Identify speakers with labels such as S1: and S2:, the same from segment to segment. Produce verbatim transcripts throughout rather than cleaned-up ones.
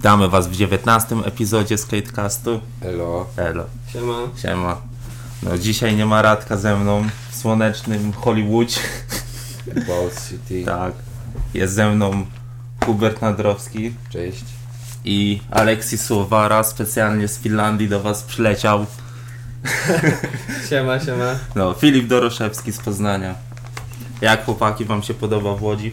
S1: Witamy Was w dziewiętnastym epizodzie Skatecastu.
S2: Elo.
S1: Elo.
S3: Siema.
S1: Siema. No dzisiaj nie ma Radka ze mną w słonecznym Hollywood.
S2: Balls City.
S1: Tak. Jest ze mną Hubert Nadrowski.
S2: Cześć.
S1: I Aleksi Słowara specjalnie z Finlandii do Was przyleciał.
S3: Siema, siema.
S1: No, Filip Doroszewski z Poznania. Jak chłopaki Wam się podoba w Łodzi?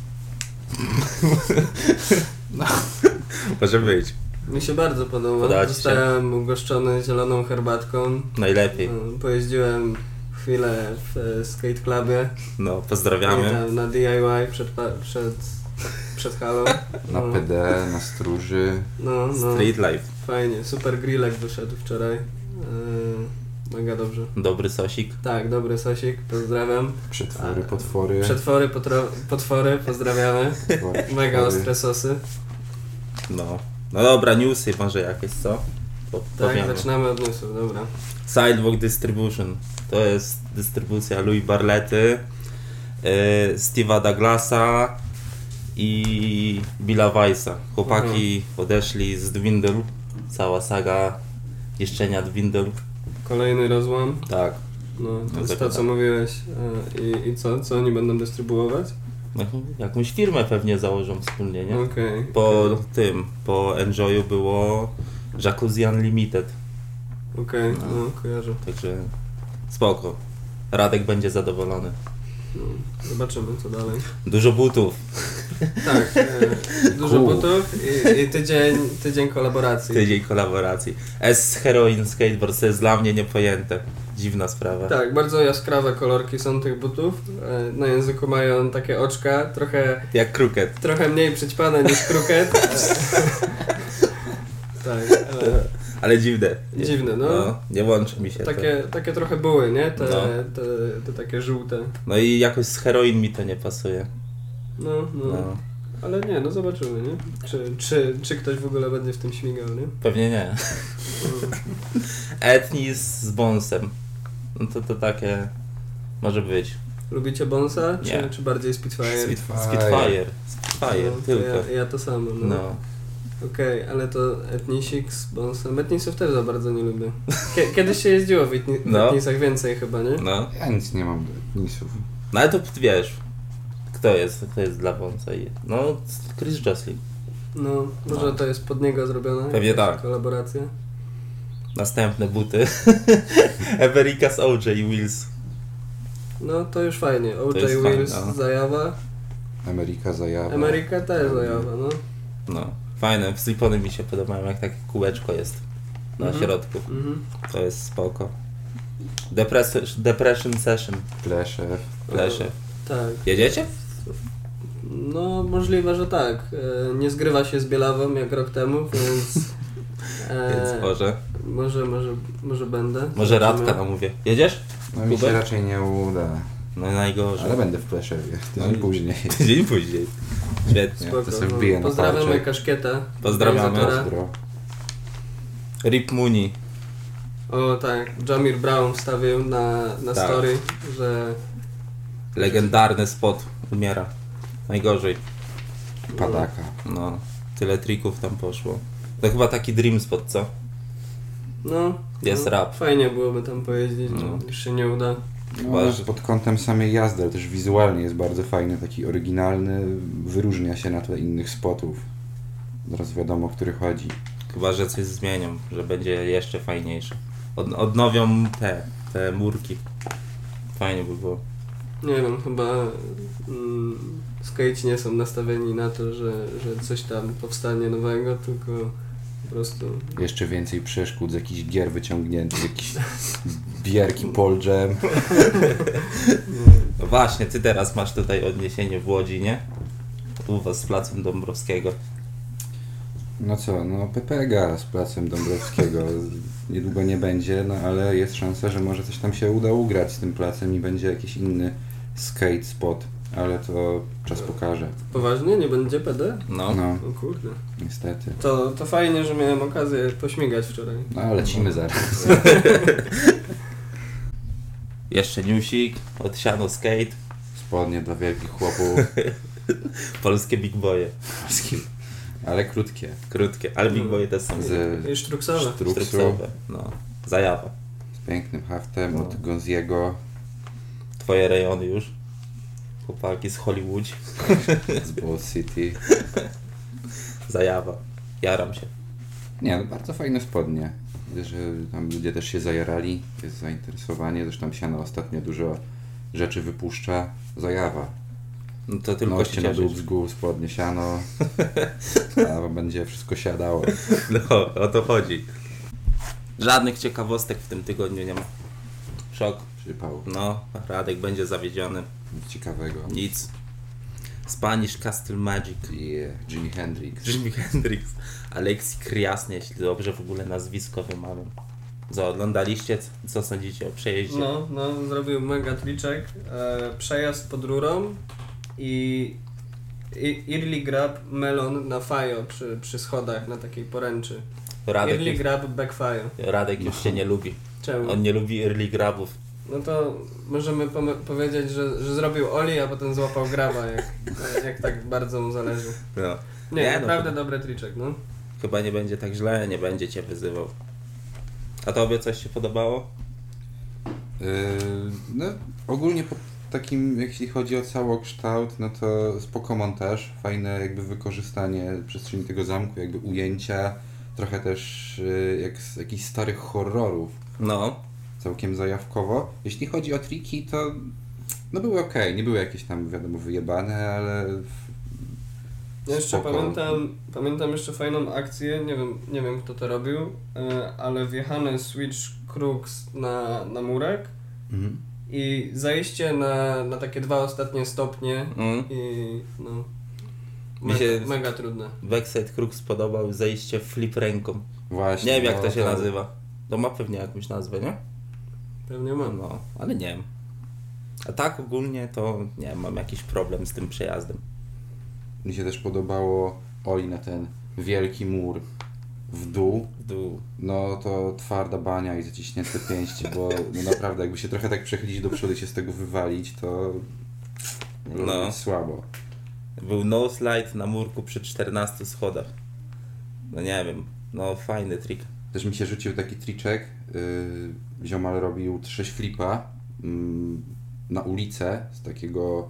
S3: No.
S1: Może być.
S3: Mi się bardzo podoba.
S1: Podoba ci się?
S3: Zostałem ugoszczony zieloną herbatką.
S1: Najlepiej.
S3: No, Pojeździłem chwilę w e, skate clubie.
S1: No, pozdrawiamy.
S3: Tam na D I Y przed, pa- przed, przed halą.
S2: Na
S3: No.
S2: P D, na Stróży.
S3: No, no.
S1: Street life.
S3: Fajnie. Super grillek wyszedł wczoraj. E, mega dobrze.
S1: Dobry sosik.
S3: Tak, dobry sosik. Pozdrawiam.
S2: Przetwory,
S3: A,
S2: potwory.
S3: Przetwory, potro- potwory. Pozdrawiamy.
S2: Potwory,
S3: Mega
S2: potwory.
S3: ostre sosy.
S1: No. No dobra, newsy może jakieś, co? Po,
S3: Tak,
S1: powiemy.
S3: zaczynamy od newsów, dobra.
S1: Sidewalk Distribution. To jest dystrybucja Louis Barlety, yy, Steve'a Douglasa i Billa Weissa. Chłopaki odeszli z Dwindle. Cała saga niszczenia Dwindle.
S3: Kolejny rozłam.
S1: Tak.
S3: No, to
S1: No,
S3: jest
S1: tak,
S3: to,
S1: tak.
S3: co mówiłeś. E, I, I co? Co oni będą dystrybuować?
S1: No, jakąś firmę pewnie założą wspólnie, nie?
S3: Okej.
S1: Po tym, po Enjoyu było Jacuzzi Unlimited.
S3: Okej,
S1: No.
S3: no, kojarzę.
S1: Także spoko. Radek będzie zadowolony.
S3: No, zobaczymy, co dalej.
S1: Dużo butów.
S3: Tak, e, dużo
S2: Cool.
S3: butów i, i tydzień, tydzień kolaboracji.
S1: Tydzień kolaboracji. S Heroin Skateboards to jest dla mnie niepojęte. Dziwna sprawa.
S3: Tak, bardzo jaskrawe kolorki są tych butów. E, na języku mają takie oczka, trochę,
S1: Jak kruket.
S3: trochę mniej przyćpane niż kruket. E, tak, ale
S1: Ale dziwne. Nie,
S3: dziwne, no.
S1: Nie łączy mi się to.
S3: Takie, takie trochę były, nie? Te,
S1: No.
S3: te, te takie żółte.
S1: No i jakoś z heroin mi to nie pasuje.
S3: No, no.
S1: No.
S3: Ale nie, no zobaczymy, nie? Czy, czy, czy ktoś w ogóle będzie w tym śmigał, nie?
S1: Pewnie nie. Etnis z Bonsem. No to to takie może być.
S3: Lubicie Bonsa, czy,
S1: Nie.
S3: czy bardziej Spitfire?
S1: Spit-
S2: Spitfire.
S1: Spitfire. Spitfire,
S3: No, to
S1: tylko.
S3: Ja, ja to samo, no.
S1: No.
S3: Okej, ale to Etnisik z Bonsem. Etnisów też za bardzo nie lubię. Kie- Kiedyś się jeździło w, etni- w
S1: No.
S3: Etnisach więcej chyba, nie?
S1: No.
S2: Ja nic nie mam do nisów.
S1: No ale to wiesz, kto jest, kto jest dla Bonsa i no Chris Joslin.
S3: No, może
S1: No.
S3: to jest pod niego zrobione?
S1: Pewnie
S3: jakaś
S1: tak.
S3: Kolaboracja?
S1: Następne buty. America's O J Wheels.
S3: No, to już fajnie. O
S1: To
S3: J
S1: jest
S3: Wheels,
S1: fajne, no.
S3: Zajawa.
S2: Ameryka zajawa.
S3: Ameryka też Zajawa, no.
S1: No, fajne. Slipony mi się podobają, jak takie kółeczko jest na
S3: Mhm.
S1: środku.
S3: Mhm.
S1: To jest spoko. Depress- Depression Session.
S2: Plesze.
S1: Lesze.
S3: Tak.
S1: Jedziecie?
S3: No, możliwe, że tak. E, nie zgrywa się z Bielawą jak rok temu, więc... E,
S1: Więc może.
S3: może, może, może będę.
S1: Może
S3: Zobaczymy.
S1: Radka namówię. Jedziesz?
S2: No mi się
S1: Hubert?
S2: raczej nie uda.
S1: No najgorzej.
S2: Ale będę w Pleszewie. Tydzień
S1: No i-
S2: później.
S1: Dzień później. Świetnie.
S3: Spoko,
S2: to sobie
S3: no.
S2: wbiję na
S3: Pozdrawiamy
S2: palczek.
S3: Kaszkieta.
S1: Pozdrawiamy.
S3: organizatora.
S2: Pozdro.
S1: Rip Mooney.
S3: O tak, Jamir Brown wstawił na, na
S1: Tak.
S3: story, że
S1: Legendarny spot. Umiera. Najgorzej.
S2: Padaka.
S1: No. Tyle trików tam poszło. To chyba taki dream spot, co?
S3: no...
S1: Jest
S3: no,
S1: rap.
S3: Fajnie byłoby tam pojeździć,
S1: No.
S3: no. już się nie uda.
S2: No,
S1: Chyba, że-
S2: pod kątem samej jazdy, ale też wizualnie jest bardzo fajny, taki oryginalny, wyróżnia się na tle innych spotów. Teraz wiadomo, o który chodzi.
S1: Chyba, że coś zmienią, że będzie jeszcze fajniejsze. Od, odnowią te, te murki. Fajnie by było.
S3: Nie wiem, chyba mm, skate nie są nastawieni na to, że, że coś tam powstanie nowego, tylko po prostu...
S2: Jeszcze więcej przeszkód z jakichś gier wyciągniętych, jakiś bierki Pole Jam.
S1: No właśnie, ty teraz masz tutaj odniesienie w Łodzi, nie? U was z placem Dąbrowskiego.
S2: No co, no Pepega z placem Dąbrowskiego niedługo nie będzie, no ale jest szansa, że może coś tam się uda ugrać z tym placem i będzie jakiś inny skate spot, ale to czas pokaże.
S3: Poważnie? Nie będzie P D?
S1: No.
S2: No,
S3: O kurde.
S2: niestety.
S3: To, to fajnie, że miałem okazję pośmigać wczoraj.
S2: No ale lecimy zaraz.
S1: Jeszcze newsik od Siano Skate.
S2: Spodnie dla wielkich chłopów.
S1: Polskie big boye.
S2: Ale krótkie.
S1: Krótkie, ale Big Boy też są
S2: Z
S3: I sztruksowe.
S2: sztruksu,
S1: sztruksowe. No, zajawa.
S2: z pięknym haftem
S1: No.
S2: od Gonziego,
S1: Twoje rejony już. Chłopaki z Hollywood.
S2: z Ball City.
S1: Zajawa. Jaram się.
S2: Nie, no bardzo fajne spodnie. Widzę, że tam ludzie też się zajarali, jest zainteresowanie, zresztą Siano ostatnio dużo rzeczy wypuszcza. Zajawa.
S1: No to tylko
S2: Noście
S1: się
S2: na
S1: cieszyć.
S2: dubsku, spodnie Siano, a będzie wszystko siadało.
S1: No, o to chodzi. Żadnych ciekawostek w tym tygodniu nie ma. Szok.
S2: Przypał.
S1: No, Radek będzie zawiedziony.
S2: Nic ciekawego.
S1: Nic. Spanish Castle Magic.
S2: Yeah, Jimi Hendrix.
S1: Jimi Hendrix. Alexi Kryasny, jeśli dobrze w ogóle nazwisko wymawiam. Co, oglądaliście? Co, co sądzicie o przejeździe?
S3: No, no, zrobił mega triczek. E, przejazd pod rurą i, i early grab melon na fajo przy, przy schodach na takiej poręczy.
S1: Radek,
S3: Early
S1: już,
S3: grab backfire.
S1: Radek już się nie lubi.
S3: Czemu?
S1: On nie lubi early grabów.
S3: No to możemy pom- powiedzieć, że, że zrobił Oli, a potem złapał graba, jak, jak tak bardzo mu zależy.
S1: No.
S3: Nie,
S1: Nie, no
S3: naprawdę
S1: to-
S3: dobry triczek, no.
S1: Chyba nie będzie tak źle, nie będzie cię wyzywał. A tobie coś się podobało?
S2: Yy, no ogólnie po takim, jeśli chodzi o całokształt, no to spoko montaż, fajne jakby wykorzystanie przestrzeni tego zamku, jakby ujęcia, trochę też yy, jak z jakichś starych horrorów,
S1: No.
S2: całkiem zajawkowo. Jeśli chodzi o triki, to no były okej, nie były jakieś tam wiadomo wyjebane, ale
S3: Ja jeszcze
S2: spoko.
S3: pamiętam, pamiętam jeszcze fajną akcję, nie wiem, nie wiem kto to robił, e, ale wjechany switch crux na, na murek
S2: Mhm.
S3: i zajście na, na takie dwa ostatnie stopnie
S1: Mm.
S3: i no
S1: Mi
S3: mega,
S1: się-
S3: mega trudne.
S1: Backside Crux spodobał zejście flip ręką.
S2: Właśnie.
S1: Nie wiem jak
S2: no
S1: to się nazywa. To ma pewnie jakąś nazwę, nie?
S3: Pewnie mam.
S1: No, ale nie wiem. A tak ogólnie to nie wiem, mam jakiś problem z tym przejazdem.
S2: Mi się też podobało Oli na ten wielki mur w dół.
S1: W dół.
S2: No to twarda bania i zaciśnięte pięści, bo no naprawdę jakby się trochę tak przechylić do przodu i się z tego wywalić, to może
S1: No.
S2: być słabo.
S1: Był no slide na murku przy czternastu schodach. No nie wiem, no fajny trik.
S2: Też mi się rzucił taki triczek, yy, ziomal robił trzeź flipa yy, na ulicę z takiego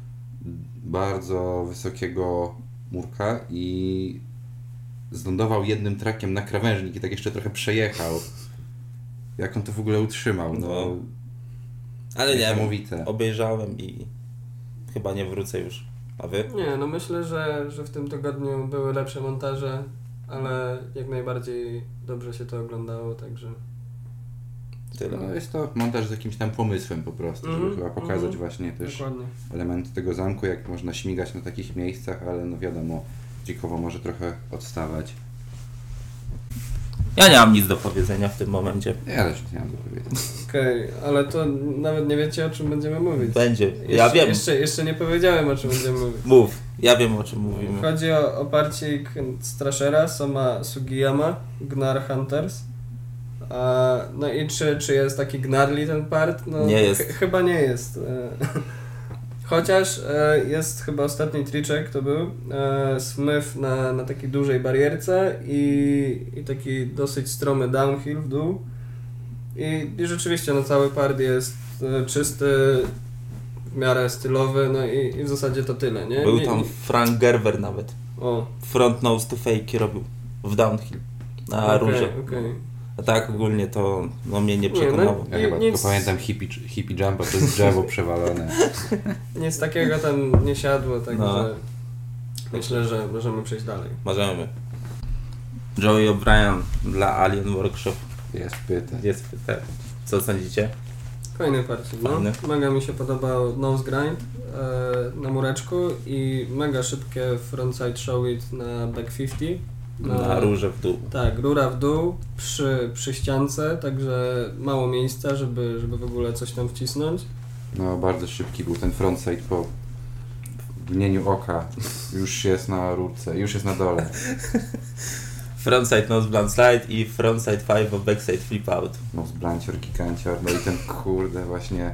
S2: bardzo wysokiego murka i zlądował jednym trakiem na krawężnik i tak jeszcze trochę przejechał. Jak on to w ogóle utrzymał? No,
S1: No. Ale nie wiem,
S2: niesamowite.
S1: obejrzałem i chyba nie wrócę już. A wy?
S3: Nie, no myślę, że, że w tym tygodniu były lepsze montaże, ale jak najbardziej dobrze się to oglądało, także...
S1: Tyle.
S2: No jest to montaż z jakimś tam pomysłem po prostu, żeby
S3: Mhm,
S2: chyba pokazać
S3: mhm.
S2: właśnie też
S3: Dokładnie.
S2: elementy tego zamku, jak można śmigać na takich miejscach, ale no wiadomo, dzikowo może trochę odstawać.
S1: Ja nie mam nic do powiedzenia w tym momencie.
S2: Ja też nie mam do powiedzenia.
S3: Okej, ale to nawet nie wiecie o czym będziemy mówić.
S1: Będzie.
S3: Jeszcze,
S1: Ja wiem.
S3: Jeszcze, jeszcze nie powiedziałem o czym będziemy mówić.
S1: Mów. Ja wiem o czym mówimy.
S3: Chodzi o oparcik Strashera, Soma Sugiyama, Gnar Hunters. A, no i czy, czy jest taki gnarly ten part? No,
S1: Nie jest.
S3: ch- chyba nie jest. E, Chociaż e, jest chyba ostatni triczek to był. E, Smyf na, na takiej dużej barierce i, i taki dosyć stromy downhill w dół. I, i rzeczywiście no, cały part jest e, czysty, w miarę stylowy, no i, i w zasadzie to tyle, nie?
S1: Był
S3: nie,
S1: tam
S3: nie
S1: Frank Gerber nawet.
S3: o,
S1: Front nose to fake robił. W downhill. Na
S3: okej,
S1: róże.
S3: okej.
S1: A tak ogólnie to no, mnie nie
S3: Nie, no-
S1: przekonało.
S2: Ja
S3: Nie,
S2: chyba
S3: nic-
S2: tylko pamiętam hippie, hippie jumpa, to jest drzewo przewalone.
S3: Nic takiego tam nie siadło, także
S1: No.
S3: myślę, że możemy przejść dalej.
S1: Możemy. Joey O'Brien dla Alien Workshop.
S2: Jest pyta.
S1: Jest tak. Co sądzicie?
S3: Fajny parcik, no.
S1: Fajny.
S3: Mega mi się podobał nose grind e, na mureczku i mega szybkie frontside show it na back pięćdziesiąt.
S1: Na róże w dół.
S3: Tak, rura w dół przy, przy ściance, także mało miejsca, żeby, żeby w ogóle coś tam wcisnąć.
S2: No bardzo szybki był ten frontside po mgnieniu oka. Już jest na rurce, już jest na dole.
S1: Frontside nose blunt slide i frontside five of backside flip out.
S2: No z blancior, gigancior, no i ten kurde właśnie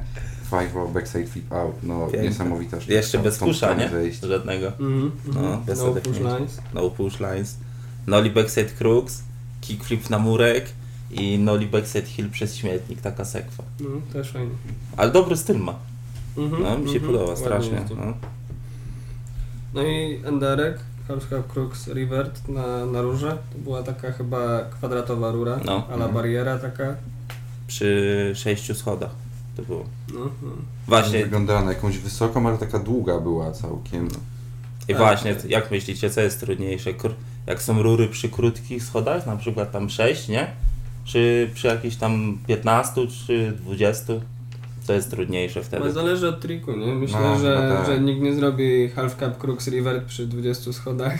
S2: five backside flip out, no
S1: Piękne.
S2: niesamowita sztuka.
S1: Jeszcze bez
S2: W tą
S1: pusza,
S2: stronę
S1: nie?
S2: zejść.
S1: Żadnego.
S3: Mhm,
S1: No,
S3: mhm.
S1: bez
S3: No push
S1: odepchnięcia.
S3: lines.
S1: No push lines. Nollie backside crooks, kickflip na murek i nollie backside hill przez śmietnik, taka sekwa.
S3: No, też fajnie.
S1: Ale dobry styl ma.
S3: Mhm,
S1: No, mi się
S3: mhm.
S1: podoba
S3: Ładnie
S1: strasznie.
S3: jeździ.
S1: No.
S3: No i Enderek, Half Cab Crux Revert na, na rurze. To była taka chyba kwadratowa rura,
S1: No.
S3: a la
S2: Mhm.
S3: bariera taka.
S1: Przy sześciu schodach to było.
S3: No, no.
S1: Właśnie,
S2: Wyglądała na jakąś wysoką, ale taka długa była całkiem.
S1: i
S3: Tak.
S1: właśnie, jak myślicie, co jest trudniejsze? Kr- Jak są rury przy krótkich schodach, na przykład tam sześć, nie? Czy przy jakichś tam piętnastu czy dwudziestu? Co jest trudniejsze wtedy?
S3: No, zależy od triku, nie? Myślę,
S2: No,
S3: że,
S2: no tak.
S3: że nikt nie zrobi Half Cab Crux Revert przy dwudziestu schodach.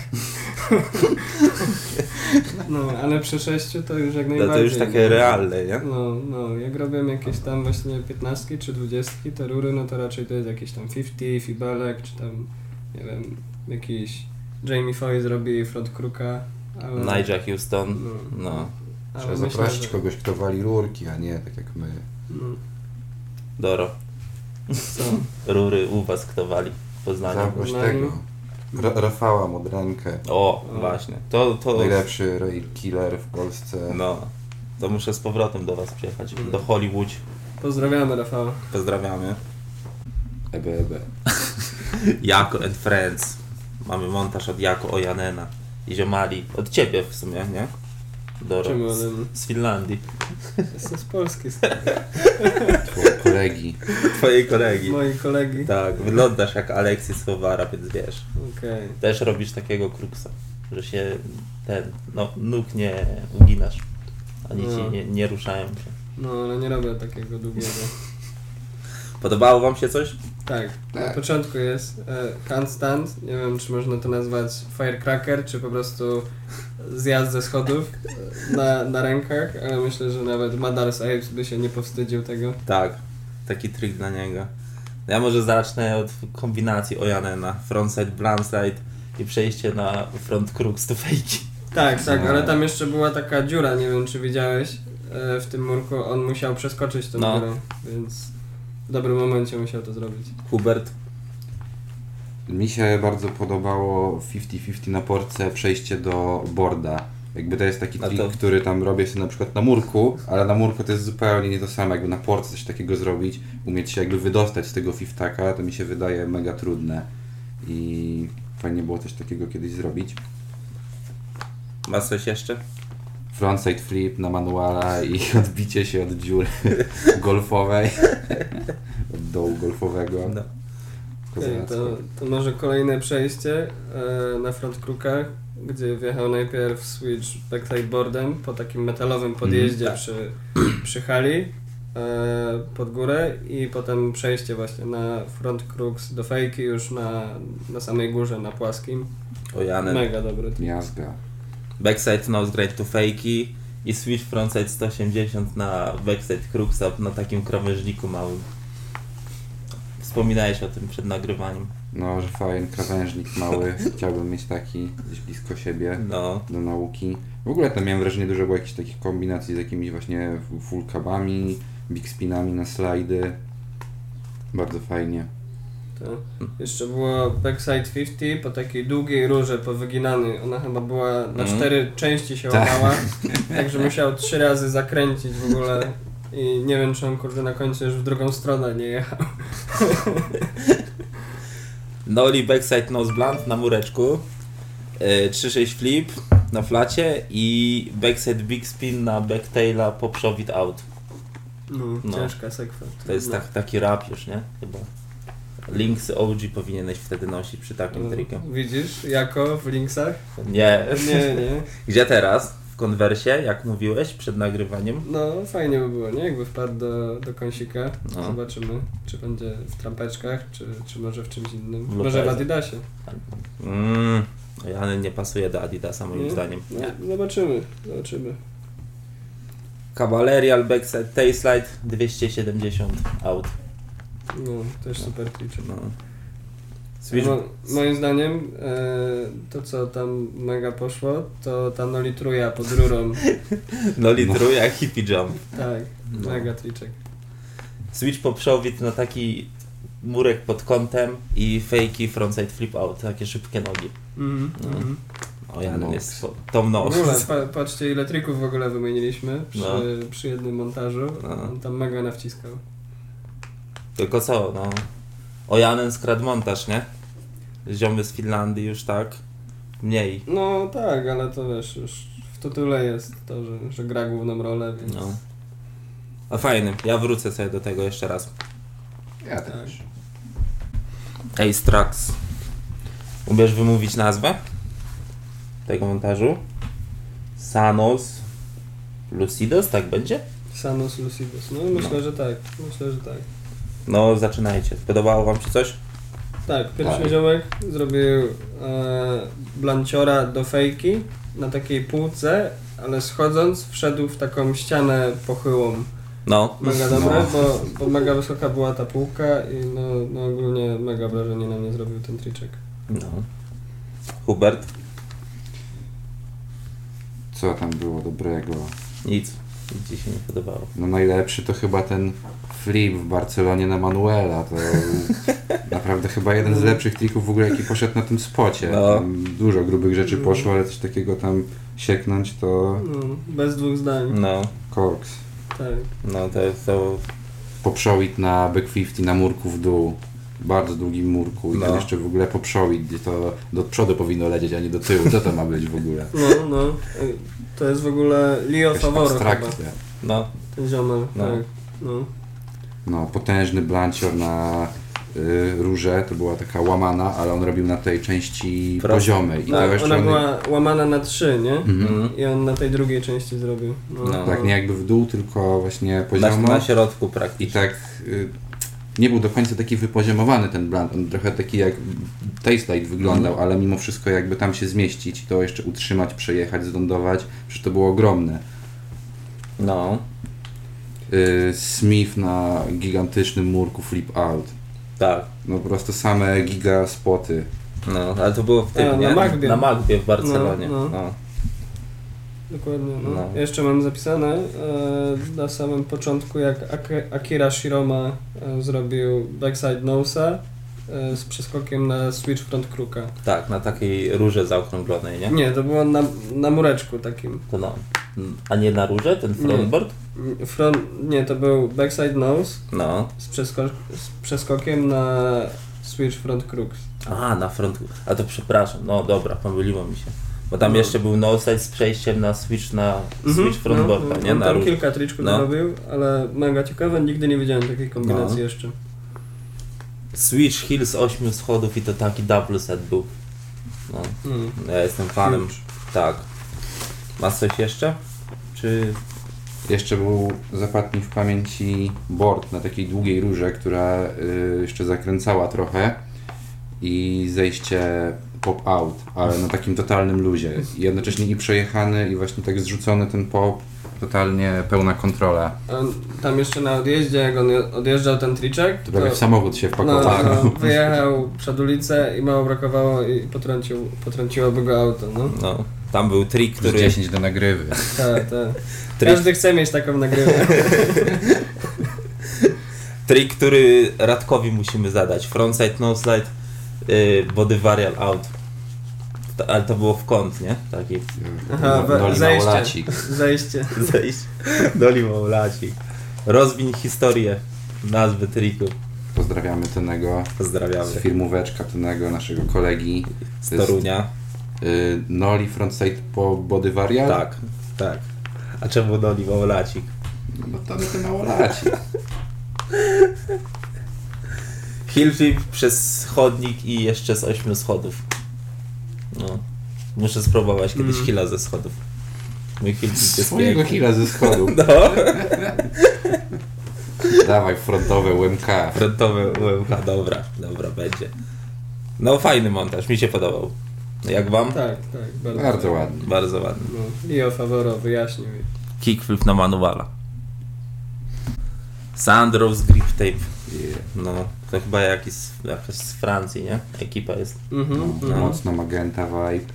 S3: No, ale przy sześciu to już jak
S1: No
S3: najbardziej.
S1: to już takie
S3: nie?
S1: realne, nie?
S3: No, no, jak robię jakieś tam właśnie piętnastki czy dwudziestki, te rury, no to raczej to jest jakieś tam pięćdziesiąt, Fibelek, czy tam, nie wiem, jakiś Jamie Foy zrobi front kruka, ale...
S1: Nigel Houston,
S3: No.
S1: no.
S3: ale
S2: Trzeba
S3: myślę,
S2: zaprosić
S3: że-
S2: kogoś, kto wali rurki, a nie tak jak my.
S3: No,
S1: Doro.
S3: co?
S1: Rury u was kto wali w Poznaniu?
S2: Zaproś
S3: Poznaniu.
S2: tego. Ra- Rafała Modrenkę.
S1: O,
S3: O.
S1: właśnie. To, to...
S2: Najlepszy rail killer w Polsce.
S1: No. To muszę z powrotem do was przyjechać. Do Hollywood.
S3: Pozdrawiamy Rafała.
S1: Pozdrawiamy.
S2: Ebe, ebe.
S1: Jako and Friends. Mamy montaż od Jako Ojanena i Ziomali. Od ciebie w sumie, nie? Doro.
S3: Czemu,
S1: Z,
S3: ale
S1: z Finlandii.
S3: jestem z Polski, z
S2: Twoje kolegi.
S1: Twojej kolegi.
S3: moi kolegi.
S1: Tak, wyglądasz jak Alexis Chowara, więc wiesz.
S3: Okej.
S1: Też robisz takiego kruksa, że się ten, no, nóg nie uginasz. Ani
S3: No.
S1: ci nie, nie ruszają się.
S3: No, ale nie robię takiego długiego.
S1: Podobało wam się coś?
S3: Tak, na
S2: Tak.
S3: początku jest e, handstand, nie wiem czy można to nazwać firecracker, czy po prostu zjazd ze schodów e, na, na rękach, ale myślę, że nawet Madars Apes by się nie powstydził tego.
S1: Tak, taki trik dla niego. Ja może zacznę od kombinacji Ojanena. Frontside, blindside i przejście na front crux to fejki.
S3: Tak, tak,
S2: No.
S3: ale tam jeszcze była taka dziura, nie wiem czy widziałeś, e, w tym murku, on musiał przeskoczyć tą
S1: No.
S3: dziurę, więc w dobrym momencie musiał to zrobić.
S1: Hubert,
S2: Mi się bardzo podobało pięćdziesiąt pięćdziesiąt na porce przejście do boarda. Jakby to jest taki
S1: A
S2: trik,
S1: to-
S2: który tam robię sobie na przykład na murku, ale na murku to jest zupełnie nie to samo, jakby na porce coś takiego zrobić, umieć się jakby wydostać z tego fiftaka, to mi się wydaje mega trudne i fajnie było coś takiego kiedyś zrobić.
S1: masz coś jeszcze?
S2: Frontside flip na manuala i odbicie się od dziury golfowej, od dołu golfowego.
S1: No.
S3: Okej,
S2: Kozacko.
S3: to, to może kolejne przejście e, na front crookach, gdzie wjechał najpierw switch backside boardem po takim metalowym podjeździe
S1: tak.
S3: przy, przy hali e, pod górę i potem przejście właśnie na front crooks do fejki już na, na samej górze, na płaskim.
S1: Ojanen.
S3: Mega dobry.
S2: Miazga.
S1: Backside nose grade to fejki i switch frontside sto osiemdziesiąt na backside cruxa na takim krawężniku małym. Wspominałeś o tym przed nagrywaniem.
S2: No, że fajny krawężnik mały, chciałbym mieć taki gdzieś blisko siebie.
S1: No.
S2: Do nauki. W ogóle tam miałem wrażenie, dużo było jakichś takich kombinacji z jakimiś właśnie full cabami, big spinami na slajdy. Bardzo fajnie.
S3: To. Jeszcze było backside pięćdziesiąt po takiej długiej rurze powyginanej. Ona chyba była na
S1: Mhm.
S3: cztery części się
S2: Tak.
S3: łamała, także musiał trzy razy zakręcić w ogóle i nie wiem czy on kurde na końcu już w drugą stronę nie jechał.
S1: Nollie backside nose blunt na mureczku. Yy, trzy sześć flip na flacie i backside big spin na backtaila po przowid out.
S3: No,
S1: No.
S3: ciężka sekwa.
S1: To jest tak, taki rap już, nie? Chyba. Links O G powinieneś wtedy nosić przy takim
S3: No,
S1: trikiem.
S3: widzisz, jako w linksach?
S1: Nie.
S3: Nie, nie.
S1: Gdzie teraz? W konwersie, jak mówiłeś przed nagrywaniem?
S3: No fajnie by było, nie? Jakby wpadł do, do kąsika.
S1: No.
S3: Zobaczymy, czy będzie w trampeczkach, czy, czy może w czymś innym.
S1: W
S3: Może w
S1: Lopezie.
S3: Adidasie.
S1: Mm, Janen nie pasuje do Adidasa moim
S3: Nie?
S1: zdaniem.
S3: No,
S1: Nie.
S3: zobaczymy, zobaczymy.
S1: Cavalerial backside tailslide dwieście siedemdziesiąt out.
S3: No, też super triczek.
S1: No. Switch...
S3: Mo, moim zdaniem e, to co tam mega poszło, to ta nolitruja pod rurą.
S1: No litruja, hippie jump.
S3: Tak,
S1: No.
S3: mega triczek.
S1: Switch poprzowid na taki murek pod kątem i fejki frontside flip out, takie szybkie nogi.
S3: Mhm,
S1: No.
S3: mhm.
S1: O, Janem
S2: Nox.
S1: jest spo- Tom
S3: W ogóle,
S1: Nox.
S3: pa, patrzcie ile trików w ogóle wymieniliśmy przy,
S1: No.
S3: przy jednym montażu.
S1: No.
S3: On tam mega nawciskał.
S1: Tylko co, no. O, Janen skradł montaż, nie? Ziomy z Finlandii już tak mniej.
S3: No tak, ale to wiesz, już w tytule jest to, że, że gra główną rolę, więc...
S1: No. A fajny, ja wrócę sobie do tego jeszcze raz.
S2: Ja też.
S1: Ace Trax. Umiesz wymówić nazwę tego montażu? Sanos Lucidos, tak będzie?
S3: Sanus Lucidus. No myślę,
S1: No.
S3: że tak. Myślę, że tak.
S1: No zaczynajcie. Podobało wam się coś?
S3: Tak, pierwszy
S2: Tak.
S3: ziomek zrobił e, blanciora do fejki na takiej półce, ale schodząc wszedł w taką ścianę pochyłą.
S1: No.
S3: Mega dobre,
S2: No.
S3: bo, bo mega wysoka była ta półka i no, no ogólnie mega wrażenie na mnie zrobił ten triczek.
S1: No. Hubert?
S2: Co tam było dobrego?
S1: Nic. Nic ci się nie podobało.
S2: No najlepszy to chyba ten flip w Barcelonie na Manuela. To naprawdę chyba jeden z lepszych trików w ogóle, jaki poszedł na tym spocie.
S1: No.
S2: Tam dużo grubych rzeczy
S3: No.
S2: poszło, ale coś takiego tam sieknąć to
S3: No, bez dwóch zdań.
S1: No.
S2: koks.
S3: Tak.
S1: No to jest to...
S2: Poprzowid na back pięćdziesiąt na murku w dół. Bardzo długim murku i
S1: No.
S2: tam jeszcze w ogóle poprzowid, gdzie to do przodu powinno lecieć, a nie do tyłu. Co to ma być w ogóle?
S3: No, no. Y, To jest w ogóle Leo
S2: Jakaś
S3: Favoro chyba.
S2: abstrakcja.
S1: No.
S3: Ten ziomek,
S1: No.
S3: tak. No.
S2: No, potężny blancior na y, róże, to była taka łamana, ale on robił na tej części
S1: Prosto.
S2: poziomej. I to
S3: Tak,
S2: jeszcze
S3: ona
S2: on-
S3: była łamana na trzy, nie?
S2: Mhm.
S1: Mm.
S3: I on na tej drugiej części zrobił. No,
S1: No.
S2: Tak, nie jakby w dół, tylko właśnie
S1: Na,
S2: poziomo.
S1: na środku
S2: I
S1: praktycznie.
S2: tak y, nie był do końca taki wypoziomowany ten blunt, on trochę taki jak Taste Light wyglądał,
S1: Mhm.
S2: ale mimo wszystko jakby tam się zmieścić i to jeszcze utrzymać, przejechać, zlądować, przecież to było ogromne.
S1: No.
S2: Y, Smith na gigantycznym murku flip out.
S1: Tak.
S2: No po prostu same giga spoty.
S1: No, ale to było w tym,
S3: A, na
S1: nie?
S3: Magbie.
S1: Na Magbie w Barcelonie.
S3: No,
S1: No,
S3: no. Dokładnie, no.
S1: No.
S3: Jeszcze mam zapisane e, na samym początku, jak Ak- Akira Shiroma e, zrobił backside nose'a e, z przeskokiem na switch front crooka.
S1: Tak, na takiej rurze zaokrąglonej, nie?
S3: Nie, to było na, na mureczku takim.
S1: To no. A nie na rurze, ten frontboard?
S3: Front, nie, to był backside nose
S1: No.
S3: z, przesko- z przeskokiem na switch front crooks.
S1: A, na front. A to przepraszam, no dobra, pomyliło mi się. Bo tam
S3: No.
S1: jeszcze był no-side z przejściem na switch na
S3: Mhm,
S1: switch frontboarda,
S3: no,
S1: nie?
S3: on
S1: Na
S3: tam
S1: rurze.
S3: kilka triczków
S1: No.
S3: zrobił, ale mega ciekawe, nigdy nie widziałem takiej kombinacji
S1: No.
S3: jeszcze.
S1: Switch hill z ośmiu schodów i to taki double set był. No,
S3: Mm.
S1: ja jestem fanem.
S3: Huge.
S1: Tak. Masz coś jeszcze? Czy...
S2: Jeszcze był, zapadł mi w pamięci board na takiej długiej rurze, która y, jeszcze zakręcała trochę i zejście pop out, ale na takim totalnym luzie. I jednocześnie i przejechany i właśnie tak zrzucony ten pop, totalnie pełna kontrola.
S3: On, tam jeszcze na odjeździe, jak on odjeżdżał ten triczek,
S2: To prawie w samochód się wpakował.
S3: no, no, wyjechał przed ulicę i mało brakowało i potrącił, potrąciłoby go auto, no.
S1: No, tam był trik,
S2: Plus
S1: który...
S2: dziesięć do nagrywy.
S3: Tak, tak.
S1: Trik,
S3: Każdy chce mieć taką nagrywkę.
S1: trik, który Radkowi musimy zadać. Frontside, no-side, yy, body varial out. To, ale to było w kąt, nie? Taki
S3: Aha, we-
S2: Noli
S3: zejście.
S2: Małolacik.
S3: Zejście.
S1: zejść. Doli Maulacik. Rozwiń historię nazwy triku.
S2: Pozdrawiamy Tonego z
S1: Pozdrawiamy.
S2: firmóweczka Tonego, naszego kolegi.
S1: Z
S2: To jest,
S1: Torunia.
S2: y, Noli frontside po body varial?
S1: Tak, tak. A czemu Doli Maulacik?
S2: No to my ten Małolacik.
S1: Hill flip przez chodnik i jeszcze z ośmiu schodów. No. Muszę spróbować kiedyś
S3: Mm.
S1: hilla ze schodów. Mój hill flip jest
S2: Swojego
S1: piękny.
S2: hila ze schodu.
S1: No.
S2: Dawaj frontowe U M K.
S1: Frontowe U M K, dobra, dobra, będzie. No fajny montaż, mi się podobał. Jak wam?
S3: Tak, tak. Bardzo,
S2: Bardzo ładnie.
S1: Bardzo ładny.
S3: No, Leo Favoro wyjaśnił.
S1: Kickflip na manuala. Sandro's Grip Tape.
S2: Yeah.
S1: No, to chyba jakiś, jakaś z Francji, nie? Ekipa jest.
S3: Mhm,
S2: No,
S3: mhm.
S2: mocno magenta vibe.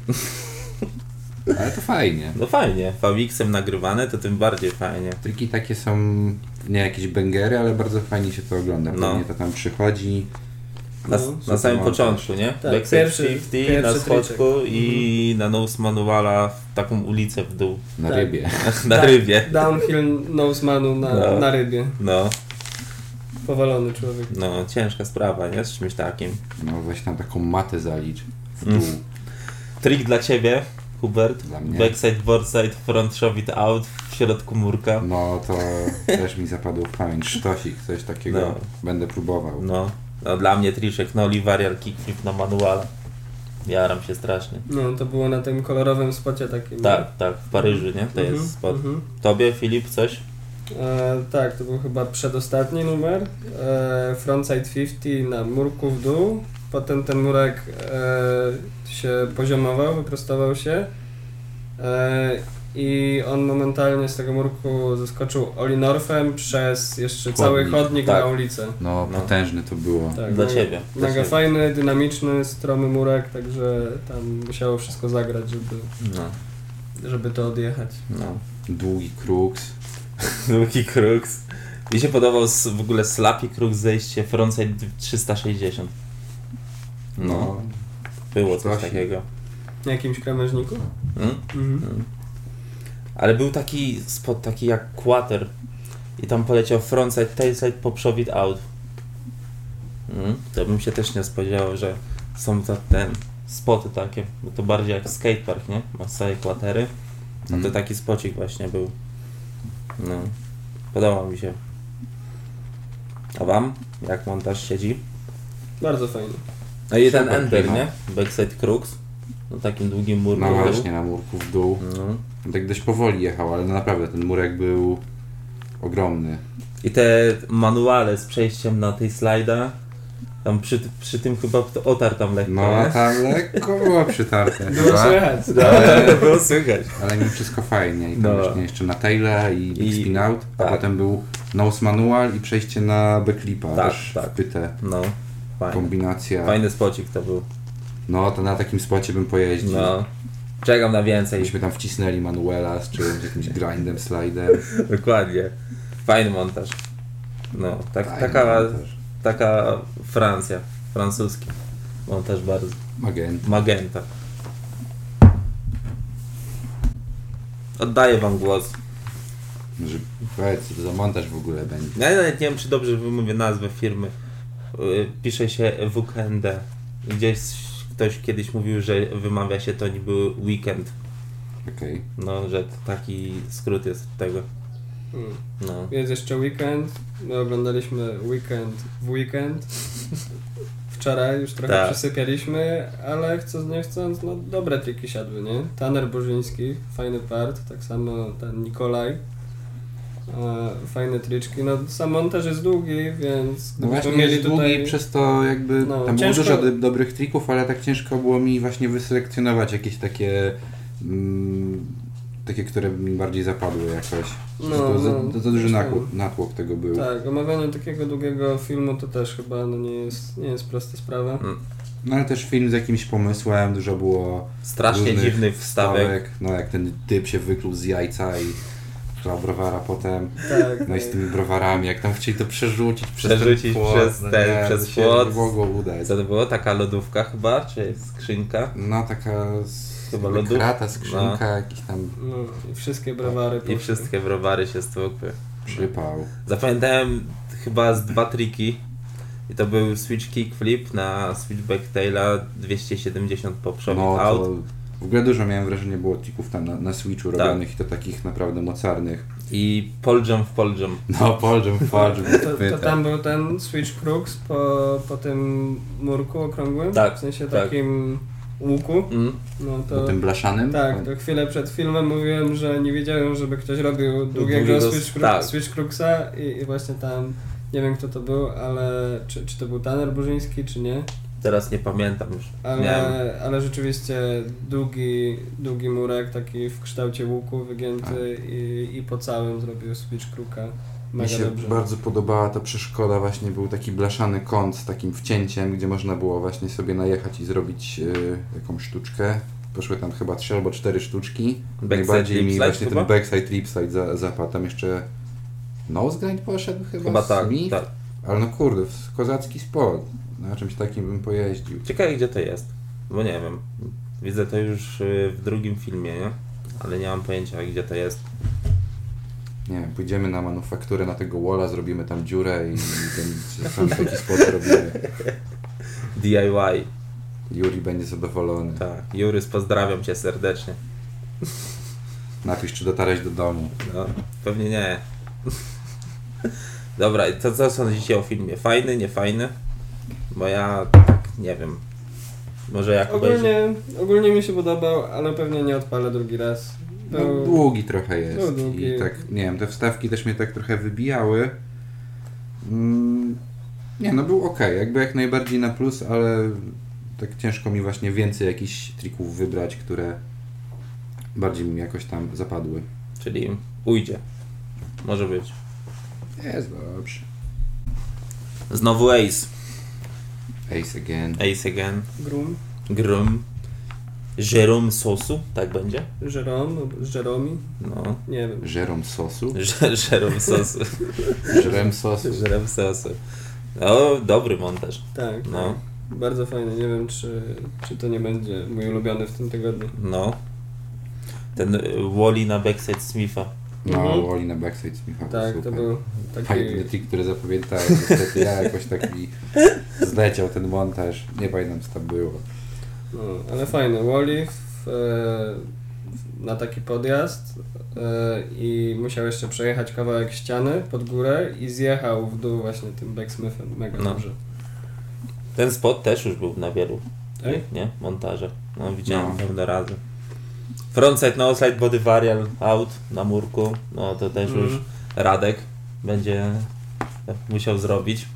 S2: Ale to fajnie.
S1: No fajnie, Favixem nagrywane to tym bardziej fajnie.
S2: Triki takie są nie jakieś bęgery, ale bardzo fajnie się to ogląda.
S1: No.
S2: Pewnie to tam przychodzi.
S1: Na,
S3: No,
S1: na samym
S2: super
S1: początku, nie?
S3: Tak,
S1: Backside
S3: pierwszy-
S1: pięćdziesiąt na
S3: pierwszy
S1: schodku
S3: triczek.
S1: i na nose manuala w taką ulicę w dół.
S2: Na
S3: Tak.
S2: rybie.
S1: Na
S3: Tak.
S1: rybie.
S3: Downhill Nosemanu na,
S1: No.
S3: na rybie.
S1: No,
S3: Powalony człowiek.
S1: no, ciężka sprawa, nie? Z czymś takim.
S2: No weź tam taką matę zalicz w
S1: Mm.
S2: dół.
S1: Trik dla ciebie, Hubert.
S2: Dla mnie.
S1: Backside, boardside, front shove it out, w środku murka.
S2: No to też mi zapadło w pamięć. Sztosik, coś takiego
S1: No.
S2: będę próbował.
S1: No, no dla mnie triczek, no Olivarial kickflip na manuala. Jaram się strasznie.
S3: No, to było na tym kolorowym spocie takim.
S1: Tak, tak, w Paryżu, nie? To
S3: Mhm,
S1: jest spot.
S3: mhm.
S1: Tobie, Filip, coś?
S3: E, tak, to był chyba przedostatni numer. E, frontside pięćdziesiąt na murku w dół. Potem ten murek e, się poziomował, wyprostował się. E, I on momentalnie z tego murku zeskoczył Olinorfem przez jeszcze cały
S2: Chodnik.
S3: chodnik
S1: Tak.
S3: na ulicę.
S2: No,
S1: No.
S2: potężne to było.
S3: Tak,
S1: Dla
S3: mega-
S1: ciebie, dla
S3: Mega
S1: ciebie.
S3: fajny, dynamiczny, stromy murek, także tam musiało wszystko zagrać, żeby,
S1: No,
S3: żeby to odjechać.
S1: no.
S2: Długi kruks.
S1: Długi Crux. Mi się podobał s- w ogóle Slappy Crux zejście frontside trzysta sześćdziesiąt. No,
S2: No.
S1: było coś
S2: Sztosik.
S1: takiego.
S3: Na jakimś krawężniku?
S1: Mm?
S3: Mhm.
S1: Ale był taki spot, taki jak quarter i tam poleciał frontside, tailside, pop it out. Mm? To bym się też nie spodziewał, że są to ten spoty takie, bo to bardziej jak skatepark, nie? Masz całe quartery, a to
S2: Mm.
S1: taki spocik właśnie był. No, podobał mi się. A wam? Jak montaż siedzi?
S3: Bardzo fajny.
S1: No i ten
S2: Super
S1: ender,
S2: klimat.
S1: nie? Backside Crux. No takim długim murku.
S2: No
S1: był.
S2: właśnie, na murku w dół.
S1: No.
S2: Tak dość powoli jechał, ale naprawdę ten murek był ogromny.
S1: I te manuale z przejściem na tej slajda, tam przy, przy tym chyba to otarł tam lekko,
S2: No
S1: nie?
S2: tam lekko było przytarte.
S3: Było
S2: chyba,
S3: słychać.
S1: Ale było słychać.
S2: ale mimo wszystko fajnie. I tam
S1: No.
S2: właśnie jeszcze na taila i big
S1: I-
S2: spin out, a
S1: tak.
S2: potem był nose manual i przejście na backlipa.
S1: Tak,
S2: też
S1: tak.
S2: wpyte.
S1: No, fajny.
S2: Kombinacja.
S1: Fajny spocik to był.
S2: No to na takim spocie bym pojeździł.
S1: No. Czekam na więcej.
S2: Myśmy tam wcisnęli manuela z czymś, jakimś grindem, slidem.
S1: Dokładnie. Fajny montaż. No, tak,
S2: Fajny
S1: taka,
S2: montaż.
S1: taka Francja. Francuski. Montaż bardzo.
S2: Magenta.
S1: Magenta. Oddaję wam głos.
S2: Że powiedz, co to za montaż w ogóle będzie.
S1: Ja nawet nie wiem, czy dobrze wymówię nazwę firmy. Yy, Pisze się W K N D. Gdzieś ktoś kiedyś mówił, że wymawia się to niby weekend.
S2: Okej.
S1: No, że to taki skrót jest od tego.
S3: Mm.
S1: No.
S3: Jest jeszcze weekend. My oglądaliśmy weekend w weekend. Wczoraj już trochę
S1: Tak.
S3: przysypialiśmy, ale chcąc nie chcąc, no dobre triki siadły, nie? Taner Burzyński, fajny part, tak samo ten Nikolaj. E, fajne triczki. No sam montaż jest długi, więc
S2: No
S3: gdybyśmy
S2: właśnie jest długi,
S3: tutaj...
S2: przez to jakby
S3: No,
S2: tam
S3: ciężko-
S2: było dużo do, dobrych trików, ale tak ciężko było mi właśnie wyselekcjonować jakieś takie mm, takie, które mi bardziej zapadły jakoś.
S3: No,
S2: to, za,
S3: no,
S2: to za duży
S3: też
S2: natłok,
S3: tam.
S2: natłok tego był.
S3: Tak, omawianie takiego długiego filmu to też chyba no, nie, jest, nie jest prosta sprawa.
S1: Mm.
S2: No ale też film z jakimś pomysłem, dużo było
S1: Strasznie
S2: różnych
S1: dziwny wstawek.
S2: No jak ten typ się wykluł z jajca i chlał browara potem.
S3: Tak,
S2: No i z tymi browarami, jak tam chcieli to przerzucić przez
S1: Przerzucić
S2: ten płot,
S1: przez
S2: no
S1: ten-
S2: nie,
S1: przez
S2: to się
S1: płot.
S2: nie mogło udać.
S1: Co to było? Taka lodówka chyba? Czy skrzynka?
S2: No taka z,
S1: Chyba
S2: jakby
S1: lodów-
S2: krata, skrzynka, jakiś tam
S3: no i wszystkie browary
S1: I
S3: poszły.
S1: wszystkie browary się stłukły.
S2: przypał.
S1: Zapamiętałem chyba z dwa triki. I to był switch kickflip na switchback taila dwieście siedemdziesiąt pop shove
S2: No
S1: it out.
S2: to w ogóle dużo miałem wrażenie było trików tam na, na Switchu
S1: Tak.
S2: robionych i to takich naprawdę mocarnych.
S1: I pole jump w pole jump.
S2: No Polżem, Polżem,
S3: To, to tam był ten Switch Crux po, po tym murku okrągłym?
S1: Tak,
S3: W sensie
S1: tak.
S3: takim łuku?
S1: Mm.
S3: No
S2: po
S3: to...
S2: tym blaszanym.
S3: Tak, to chwilę przed filmem mówiłem, że nie wiedziałem, żeby ktoś robił długiego
S1: Długiego-
S3: Switch, Cru-
S1: tak.
S3: Switch Cruxa i, i właśnie tam, nie wiem kto to był, ale czy, czy to był Taner Burzyński, czy nie,
S1: Teraz nie pamiętam już. Miałem.
S3: ale, ale rzeczywiście długi, długi murek taki w kształcie łuku wygięty i, i po całym zrobił Switch Cruxa.
S2: Mi
S3: Mega
S2: się
S3: dobrze.
S2: bardzo podobała ta przeszkoda, właśnie był taki blaszany kąt z takim wcięciem, gdzie można było właśnie sobie najechać i zrobić y, jakąś sztuczkę. Poszły tam chyba trzy albo cztery sztuczki.
S1: Backside
S2: Najbardziej mi
S1: lipside
S2: właśnie
S1: chyba?
S2: ten backside lipside za, zapadł. Tam jeszcze Nosegrind poszedł chyba,
S1: Chyba tak,
S2: Smith?
S1: tak.
S2: Ale no kurde, kozacki sport. Na czymś takim bym pojeździł.
S1: Ciekawe gdzie to jest, bo nie wiem. Widzę to już y, w drugim filmie, nie? Ale nie mam pojęcia gdzie to jest.
S2: Nie wiem, pójdziemy na manufakturę, na tego walla, zrobimy tam dziurę i ten sam taki sport robimy.
S1: D I Y.
S2: Juri będzie zadowolony.
S1: Tak. Jurys, pozdrawiam cię serdecznie.
S2: Napisz, czy dotarłeś do domu.
S1: No, pewnie nie. Dobra, i to co sądzicie o filmie? Fajny, niefajny? Bo ja tak nie wiem. Może jak obejrzę...
S3: Ogólnie, ogólnie mi się podobał, ale pewnie nie odpalę drugi raz.
S2: No,
S3: Był-
S2: długi trochę jest.
S3: Był długi.
S2: I tak, nie wiem, te wstawki też mnie tak trochę wybijały. Mm, nie, no był ok, jakby jak najbardziej na plus, ale tak ciężko mi właśnie więcej jakichś trików wybrać, które bardziej mi jakoś tam zapadły.
S1: Czyli ujdzie. Może być.
S2: Jest dobrze.
S1: Znowu Ace.
S2: Ace again.
S1: Ace again.
S3: Grum,
S1: Grum. Jerome Sosu, tak będzie?
S3: Jerome, Jeromi,
S1: No.
S3: nie wiem.
S2: Żerom sosu.
S1: Że- Jerome Sosu.
S2: Żrem sosu.
S1: Jerome Sosu. No, dobry montaż.
S3: Tak,
S1: No.
S3: tak. Bardzo fajny. Nie wiem, czy, czy to nie będzie mój ulubiony w tym tygodniu.
S1: No. Ten y, Wally na backside Smitha.
S2: No,
S3: Mhm.
S2: Wally na backside Smitha.
S3: Tak,
S2: super.
S3: to był taki...
S2: Fajny trik, który zapamiętałem. Niestety ja jakoś taki zleciał ten montaż. Nie pamiętam co tam było.
S3: No, ale fajny. Wally w, e, na taki podjazd e, i musiał jeszcze przejechać kawałek ściany pod górę i zjechał w dół właśnie tym backsmithem. Mega
S1: No.
S3: dobrze.
S1: Ten spot też już był na wielu,
S3: Tak?
S1: nie? Montaże. No, widziałem
S2: No.
S1: pełno razy. Frontside, no side body varial out na murku. No to też
S3: Mhm.
S1: już Radek będzie musiał zrobić.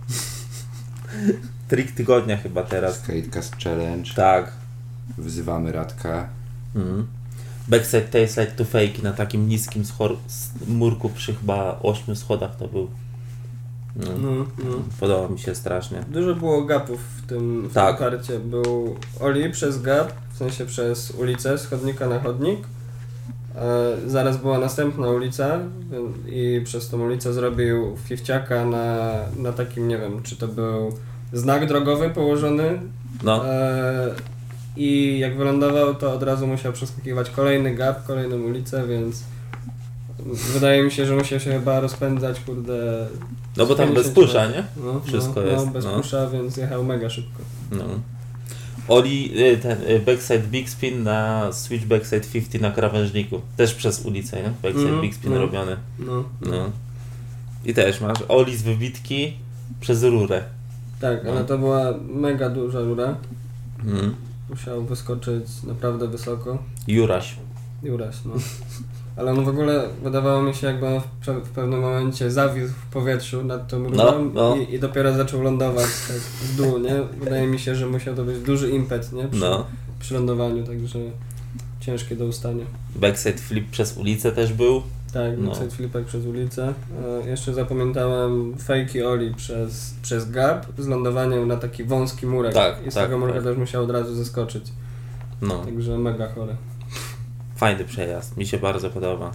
S1: Trik tygodnia chyba teraz.
S2: Skatecast Challenge.
S1: Tak.
S2: Wzywamy Radka.
S1: Mhm. Backside tailslide to fake na takim niskim schor- s- murku przy chyba ośmiu schodach to był. No.
S3: No, no.
S1: Podoba mi się strasznie.
S3: Dużo było gapów w tym, w
S1: Tak.
S3: tym parcie. Był Oli przez gap, w sensie przez ulicę, z chodnika na chodnik. E, zaraz była następna ulica wie- i przez tą ulicę zrobił fifciaka na, na takim, nie wiem, czy to był znak drogowy położony.
S1: No,
S3: E, I jak wylądował, to od razu musiał przeskakiwać kolejny gap, kolejną ulicę, więc wydaje mi się, że musiał się chyba rozpędzać, kurde...
S1: no bo tam bez
S3: pięćdziesiąt
S1: pusza,
S3: lat.
S1: nie?
S3: No,
S1: Wszystko
S3: no,
S1: jest,
S3: No, bez
S1: no.
S3: pusza, więc jechał mega szybko.
S1: No. Oli, y, ten y, backside big spin na switch backside pięćdziesiąt na krawężniku. Też przez ulicę, nie? Backside
S3: Mhm,
S1: big spin
S3: no.
S1: robiony.
S3: No,
S1: No. I też masz Oli z wybitki przez rurę.
S3: tak,
S1: No.
S3: ale to była mega duża rura.
S1: Mhm.
S3: Musiał wyskoczyć naprawdę wysoko.
S1: Juraś.
S3: Juraś, no. Ale on w ogóle, wydawało mi się, jakby on w, pe- w pewnym momencie zawisł w powietrzu nad tą rurą
S1: No, no.
S3: I, i dopiero zaczął lądować tak w dół, nie? Wydaje mi się, że musiał to być duży impet, nie? Przy,
S1: No.
S3: przy lądowaniu, także ciężkie do ustania.
S1: Backside flip przez ulicę też był.
S3: Tak,
S1: No.
S3: backside flipek przez ulicę. E, jeszcze zapamiętałem fakey Oli przez, przez gap z lądowaniem na taki wąski murek.
S1: Tak,
S3: I z
S1: tak,
S3: tego murka
S1: tak.
S3: też musiał od razu zeskoczyć.
S1: No.
S3: Także mega chore.
S1: Fajny przejazd. Mi się bardzo podoba.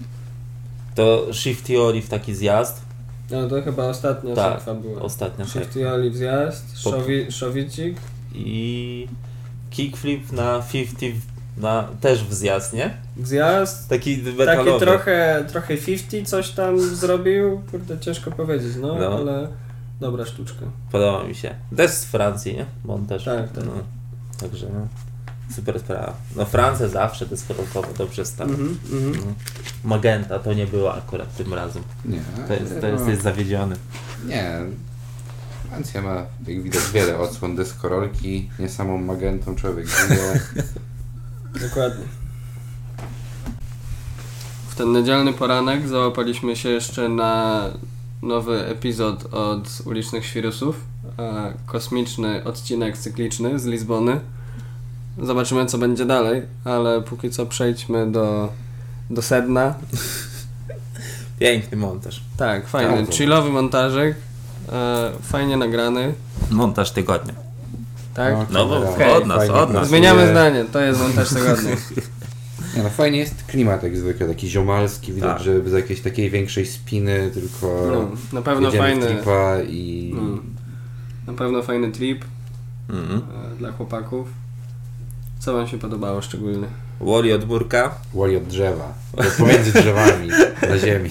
S1: To Shifty Oli w taki zjazd.
S3: No to chyba ostatnia
S1: Tak,
S3: sekwa była.
S1: ostatnia sekwa.
S3: Shifty Oli w zjazd,
S1: Pop-
S3: szowi, szowicik.
S1: I kickflip na pięćdziesiąt na też w zjazd, nie?
S3: Zjazd.
S1: Taki metalowy.
S3: Taki trochę, trochę pięćdziesiąt coś tam zrobił. Kurde, ciężko powiedzieć, no,
S1: No.
S3: ale dobra sztuczka.
S1: Podoba mi się. Też z Francji, nie? Montaż.
S3: Tak, tak.
S1: No. Także no. Super sprawa. No Francja zawsze deskorolkowo dobrze stawia.
S3: Mhm, mhm.
S1: No. Magenta to nie było akurat tym razem.
S2: Nie.
S1: To jest, to jest,
S2: no,
S1: jest zawiedziony.
S2: Nie. Francja ma, jak widać, wiele odsłon deskorolki. Nie samą magentą człowiek żyje.
S3: Dokładnie. W ten niedzielny poranek załapaliśmy się jeszcze na nowy epizod od Ulicznych Świrusów. e, Kosmiczny odcinek cykliczny z Lizbony. Zobaczymy, co będzie dalej, ale póki co przejdźmy do, do sedna.
S1: Piękny montaż.
S3: Tak, fajny,
S2: Bardzo.
S3: chillowy montażek, e, fajnie nagrany.
S1: Montaż tygodnia.
S3: Tak?
S1: No bo
S2: dobra,
S1: okej, od nas,
S2: fajnie
S1: od nas.
S2: pracuje.
S3: Zmieniamy zdanie, to jest montaż tygodnia.
S2: Nie, no fajnie jest klimat jak zwykle, taki ziomalski, widać,
S1: Tak.
S2: że bez jakiejś takiej większej spiny, tylko
S3: No, na pewno
S2: jedziemy
S3: fajny.
S2: w tripa i...
S3: No, na pewno fajny trip
S1: Mhm.
S3: e, dla chłopaków. Co wam się podobało szczególnie?
S1: Wally od Burka.
S2: Wally od drzewa, pomiędzy drzewami, na ziemi.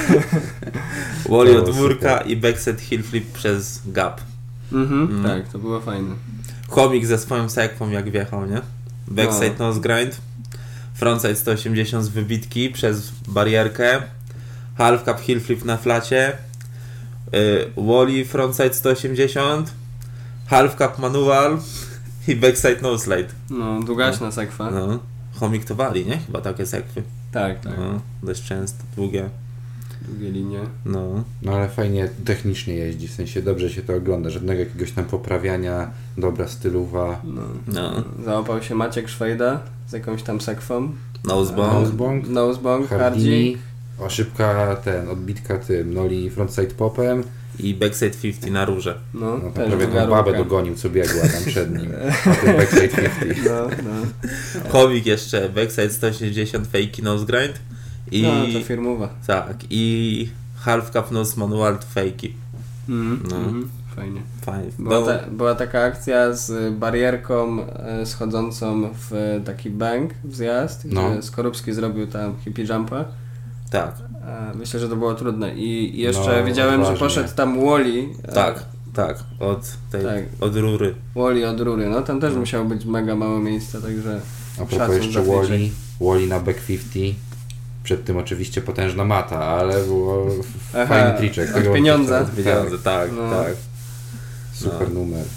S1: Wally
S2: To
S1: od
S2: było
S1: Burka
S2: super.
S1: i backside heel flip przez gap.
S3: Mhm,
S1: Mhm.
S3: tak, to było fajne.
S1: Chomik ze swoją sekwą jak wjechał, nie? Backside
S3: No.
S1: nose grind. Frontside sto osiemdziesiąt z wybitki przez barierkę. Half cap heel flip na flacie. Yy, Wally frontside sto osiemdziesiąt. Half cap manual i backside nose slide.
S3: No, długaśna sekwa.
S1: No. Chomik to wali, nie? Chyba takie sekwy.
S3: Tak, tak.
S1: No. Dość często, długie.
S3: Długie linie.
S1: No.
S2: No ale fajnie technicznie jeździ, w sensie dobrze się to ogląda, żadnego jakiegoś tam poprawiania, dobra stylowa.
S3: No.
S1: No.
S3: Załapał się Maciek Szwejda z jakąś tam sekwą.
S1: Nosebone.
S2: Nosebong,
S3: Nosebong, hardzik.
S2: Hardini, o szybka ten, odbitka tym, Noli frontside popem,
S1: I backside pięćdziesiąt na róże.
S3: No,
S2: no tam
S3: też
S2: prawie
S3: długa
S2: tą babę
S3: rurka.
S2: dogonił, co biegła tam przed nim, a ten backside pięćdziesiąt.
S3: No, no.
S1: Chomik jeszcze, backside sto osiemdziesiąt, fake nose grind. I
S3: No, to firmowa.
S1: tak, i half cap nose manual to fakey.
S3: Mhm,
S1: No.
S3: mhm, fajnie.
S1: Fajnie.
S3: Była,
S1: Bo-
S3: ta, była taka akcja z barierką e, schodzącą w taki bank, w zjazd,
S2: No.
S3: gdzie Skorupski zrobił tam hippie jumpa.
S1: Tak,
S3: E, myślę, że to było trudne. I jeszcze
S2: No,
S3: wiedziałem, że
S2: odważnie.
S3: poszedł tam Wally. e,
S1: tak, tak, od tej,
S3: Tak.
S1: od rury.
S3: Wally od rury. No tam też musiało być mega mało miejsca, także
S2: A propos
S3: szacun
S2: jeszcze
S3: za
S2: Wally,
S3: feature.
S2: Wally na back pięćdziesiąt, przed tym oczywiście potężna mata, ale było f-
S3: Aha,
S2: fajny triczek.
S3: od
S2: Tego-
S3: pieniądza.
S2: tak,
S1: Pieniądze, tak,
S3: No.
S1: tak.
S2: Super
S1: No.
S2: numer.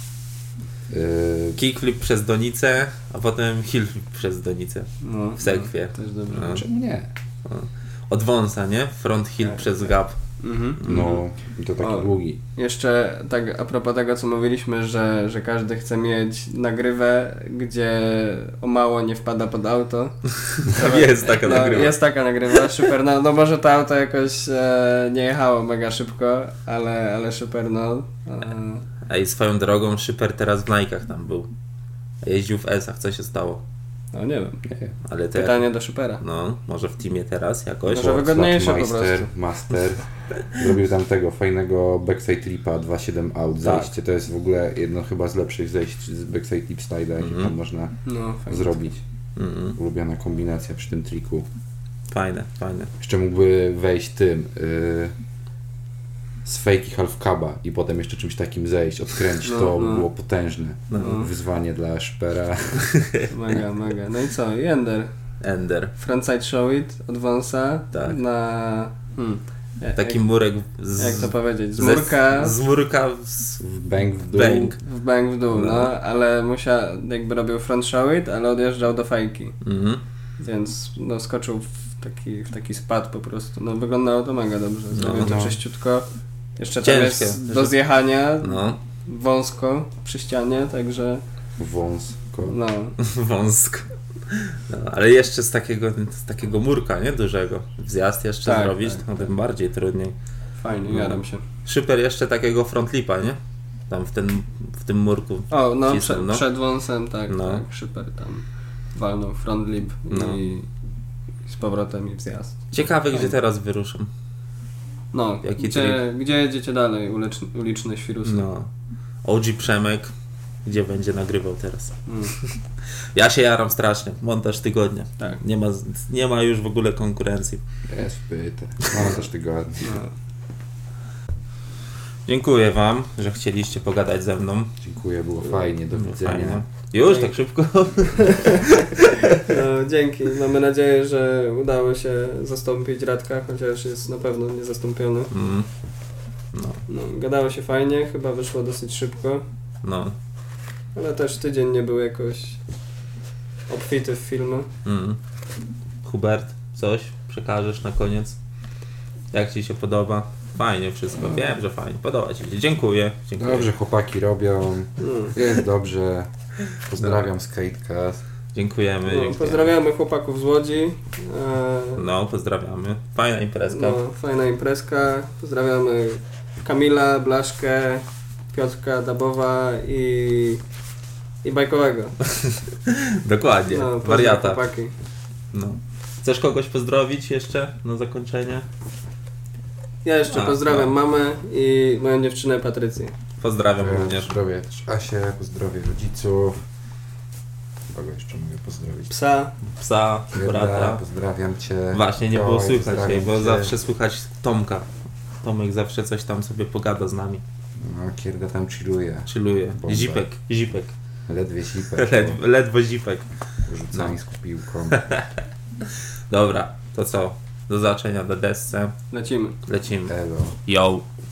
S2: Yy,
S1: Kickflip przez donicę, a potem heel flip przez donicę.
S3: no,
S1: W sekwie.
S3: No, też dobrze.
S1: No.
S2: czemu nie?
S1: Od wąsa, nie? Front heel
S3: Tak,
S1: przez
S3: tak.
S1: gap.
S3: Mhm.
S2: No, i to taki
S3: O.
S2: długi.
S3: Jeszcze tak a propos tego, co mówiliśmy, że, że każdy chce mieć nagrywę, gdzie o mało nie wpada pod auto.
S1: Tam jest taka
S3: no,
S1: nagrywa.
S3: Jest taka nagrywa, super. No, no może to auto jakoś e, nie jechało mega szybko, ale, ale super, no. E,
S1: A i swoją drogą Szyper teraz w Nike'ach tam był. A jeździł w S-ach, co się stało?
S3: no nie wiem.
S2: Nie.
S1: Ale to jak,
S3: Pytanie do Supera.
S1: no, może w teamie teraz jakoś.
S3: Może wygodniejsze po
S2: Flatmeister,
S3: prostu.
S2: Master. Zrobił tam tego fajnego backside tripa dwa siedem out
S1: Tak.
S2: zejście. To jest w ogóle jedno chyba z lepszych zejść z backside tip slide'a, jakie
S1: Mhm.
S2: tam można
S3: No, fajnie.
S2: zrobić.
S1: Mhm.
S2: Ulubiona kombinacja przy tym triku.
S1: Fajne, fajne.
S2: Jeszcze mógłby wejść tym yy, z fakey half cuba i potem jeszcze czymś takim zejść, odkręcić,
S3: No,
S2: to by
S3: no.
S2: było potężne.
S1: No.
S2: Wyzwanie dla Szpera.
S3: Mega, mega. No i co? Jender.
S1: Ender.
S3: Frontside show it od wąsa
S1: Tak.
S3: na... Hmm. jak-
S1: Taki murek z...
S3: Jak to powiedzieć? Z
S1: ze-
S3: murka
S1: Z murka z...
S2: W Bang w dół.
S1: Bang.
S3: w bang w dół, no,
S1: No.
S3: ale musiał, jakby robił front show it, ale odjeżdżał do fajki,
S1: Mhm.
S3: więc no skoczył w taki, w taki spad po prostu, no wyglądało to mega dobrze, zrobił
S1: No,
S3: to
S2: no.
S3: czyściutko, jeszcze tam
S1: Ciężkie.
S3: jest do zjechania,
S1: No,
S3: wąsko przy ścianie, także
S2: Wąsko.
S3: no,
S1: wąsko. No, ale jeszcze z takiego, z takiego murka, nie? Dużego. Wzjazd jeszcze
S3: Tak,
S1: zrobić,
S3: tak,
S1: to
S3: tak.
S1: tym bardziej trudniej.
S3: fajnie,
S1: No.
S3: jaram się.
S1: Szyper jeszcze takiego frontlipa, nie? Tam w, ten, w tym murku.
S3: O, no,
S1: Cisnął,
S3: przed,
S1: no.
S3: przed wąsem, tak,
S1: No.
S3: tak, Szyper tam walnął front lip
S1: No.
S3: i z powrotem i wzjazd.
S1: Ciekawe, gdzie
S3: Fajnie.
S1: teraz wyruszą.
S3: No,
S1: Jaki
S3: gdzie, gdzie jedziecie dalej, uliczne, uliczne świrusy?
S1: No. O G Przemek, gdzie będzie nagrywał teraz.
S3: Mm,
S1: Ja się jaram strasznie. Montaż tygodnia.
S3: tak.
S1: Nie ma, nie ma już w ogóle konkurencji.
S2: Jest pyta. Mam też tygodnie.
S3: No.
S1: Dziękuję Wam, że chcieliście pogadać ze mną.
S2: Dziękuję, było fajnie, do
S1: Było
S2: widzenia.
S1: fajnie. Już tak szybko?
S3: No, dzięki. Mamy nadzieję, że udało się zastąpić Radka, chociaż jest na pewno niezastąpiony.
S1: Mm. No,
S3: No, gadało się fajnie, chyba wyszło dosyć szybko,
S1: no.
S3: ale też tydzień nie był jakoś obfity w filmy.
S1: Mm. Hubert, coś przekażesz na koniec? Jak Ci się podoba? Fajnie wszystko. Wiem, że fajnie. Podoba Ci się. Dziękuję. Dziękuję.
S2: Dobrze chłopaki robią,
S3: No.
S2: jest dobrze. Pozdrawiam Skatecast.
S1: Dziękujemy.
S3: No,
S1: dziękujemy.
S3: pozdrawiamy chłopaków z Łodzi. E,
S1: No, pozdrawiamy. Fajna imprezka.
S3: no, fajna imprezka. Pozdrawiamy Kamila, Blaszkę, Piotrka Dabowa i, i Bajkowego.
S1: Dokładnie.
S3: No, pozdro,
S1: Wariata.
S3: chłopaki.
S1: No. Chcesz kogoś pozdrowić jeszcze na zakończenie?
S3: Ja jeszcze
S1: A,
S3: pozdrawiam
S1: no.
S3: mamę i moją dziewczynę Patrycję.
S1: Pozdrawiam
S2: Ja
S1: również.
S2: Pozdrowię też Asię, pozdrowię rodziców. Kogo jeszcze mogę pozdrowić?
S3: Psa.
S1: Psa,
S2: Kierda,
S1: brata.
S2: pozdrawiam cię.
S1: Właśnie, nie było
S2: Oj,
S1: słychać
S2: pozdrawiam
S1: jej, bo
S2: cię.
S1: zawsze słychać Tomka. Tomek zawsze coś tam sobie pogada z nami.
S2: No, Kierda tam chilluje.
S1: Chilluje.
S2: Bomba.
S1: Zipek, zipek.
S2: Ledwie sipek.
S1: Led, ledwo zipek.
S2: Rzucańską piłką.
S1: Dobra, to co? Do zobaczenia na desce.
S3: Lecimy.
S1: Lecimy.
S2: Elo.
S1: Yo!